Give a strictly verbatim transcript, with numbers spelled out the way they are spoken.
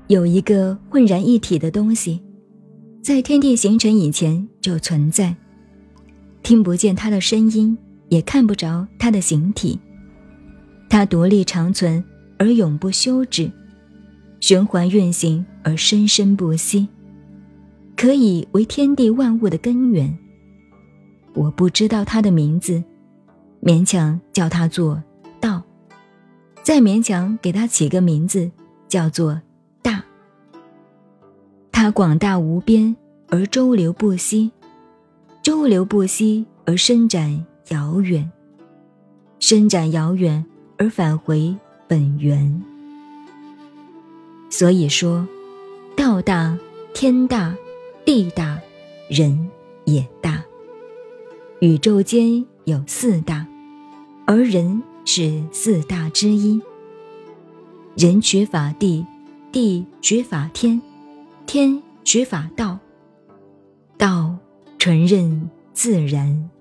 有一个浑然一体的东西，在天地形成以前就存在，听不见它的声音，也看不着它的形体，它独立长存而永不休止，循环运行而生生不息，可以为天地万物的根源。我不知道它的名字，勉强叫它做道，再勉强给它起个名字，叫做大。它广大无边而周流不息，周流不息而伸展遥远，伸展遥远而返回本源。所以说，道大，天大，地大，人也大。宇宙间有四大，而人是四大之一。人取法地，地取法天，天取法道，道纯任自然。